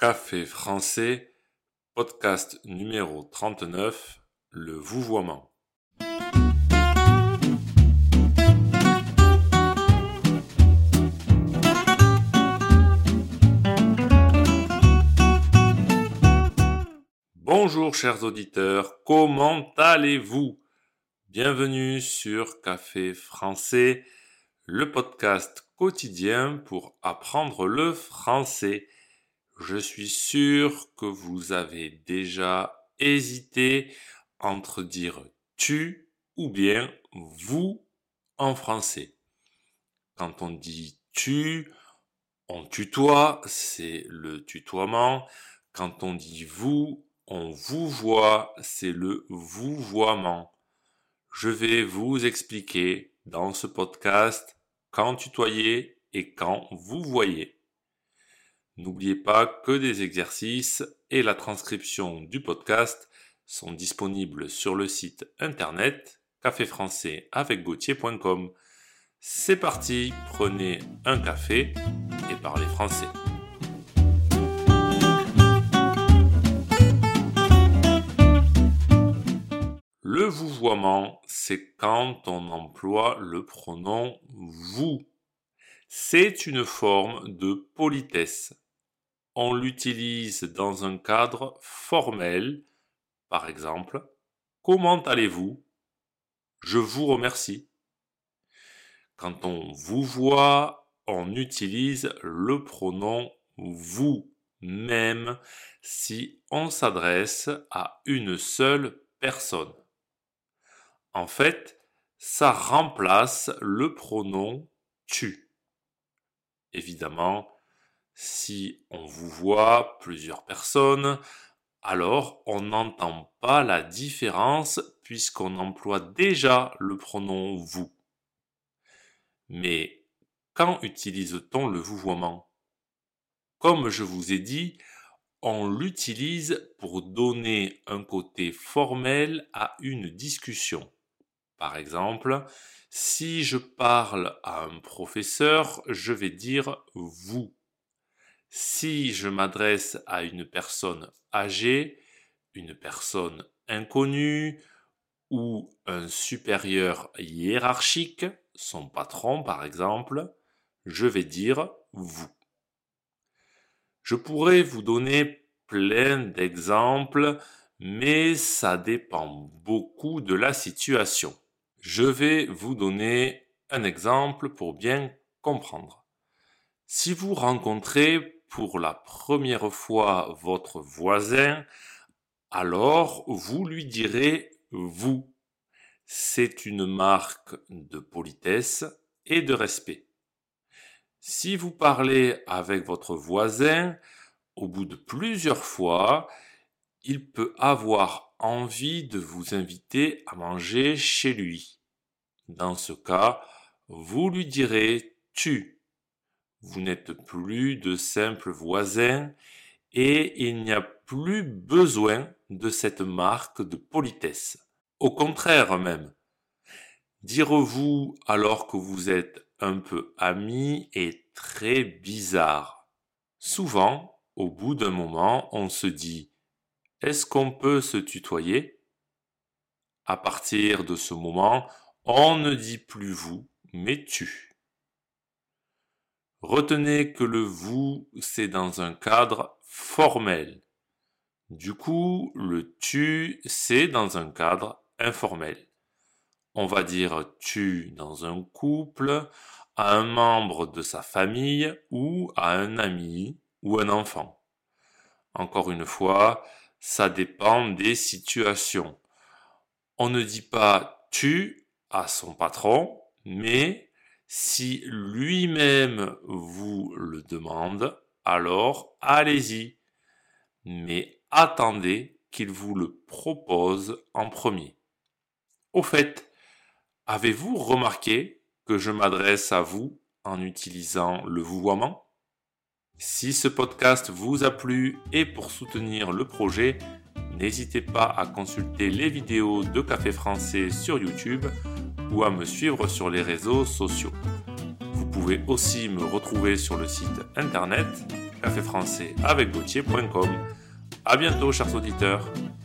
Café français, podcast numéro 39, le vouvoiement. Bonjour chers auditeurs, comment allez-vous? Bienvenue sur Café français, le podcast quotidien pour apprendre le français. Je suis sûr que vous avez déjà hésité entre dire tu ou bien vous en français. Quand on dit tu, on tutoie, c'est le tutoiement. Quand on dit vous, on vouvoie, c'est le vouvoiement. Je vais vous expliquer dans ce podcast quand tutoyer et quand vouvoyer. N'oubliez pas que des exercices et la transcription du podcast sont disponibles sur le site internet caféfrançaisavecgautier.com. C'est parti, prenez un café et parlez français. Le vouvoiement, c'est quand on emploie le pronom vous. C'est une forme de politesse. On l'utilise dans un cadre formel, par exemple, comment allez-vous? Je vous remercie. Quand on vouvoie, on utilise le pronom vous, même si on s'adresse à une seule personne. En fait, ça remplace le pronom tu. Évidemment, si on vouvoie plusieurs personnes, alors on n'entend pas la différence puisqu'on emploie déjà le pronom vous. Mais quand utilise-t-on le vouvoiement? Comme je vous ai dit, on l'utilise pour donner un côté formel à une discussion. Par exemple, si je parle à un professeur, je vais dire vous. Si je m'adresse à une personne âgée, une personne inconnue ou un supérieur hiérarchique, son patron par exemple, je vais dire vous. Je pourrais vous donner plein d'exemples, mais ça dépend beaucoup de la situation. Je vais vous donner un exemple pour bien comprendre. Si vous rencontrez pour la première fois votre voisin, alors vous lui direz vous. C'est une marque de politesse et de respect. Si vous parlez avec votre voisin, au bout de plusieurs fois, il peut avoir envie de vous inviter à manger chez lui. Dans ce cas, vous lui direz tu. Vous n'êtes plus de simples voisins et il n'y a plus besoin de cette marque de politesse. Au contraire même, dire vous alors que vous êtes un peu amis est très bizarre. Souvent, au bout d'un moment, on se dit « Est-ce qu'on peut se tutoyer ?» À partir de ce moment, on ne dit plus vous, mais tu. Retenez que le vous, c'est dans un cadre formel. Du coup, le tu, c'est dans un cadre informel. On va dire tu dans un couple, à un membre de sa famille ou à un ami ou un enfant. Encore une fois, ça dépend des situations. On ne dit pas tu à son patron, mais si lui-même vous le demande, alors allez-y. Mais attendez qu'il vous le propose en premier. Au fait, avez-vous remarqué que je m'adresse à vous en utilisant le vouvoiement? Si ce podcast vous a plu et pour soutenir le projet, n'hésitez pas à consulter les vidéos de Café Français sur YouTube ou à me suivre sur les réseaux sociaux. Vous pouvez aussi me retrouver sur le site internet café français avec Gauthier.com. À bientôt, chers auditeurs.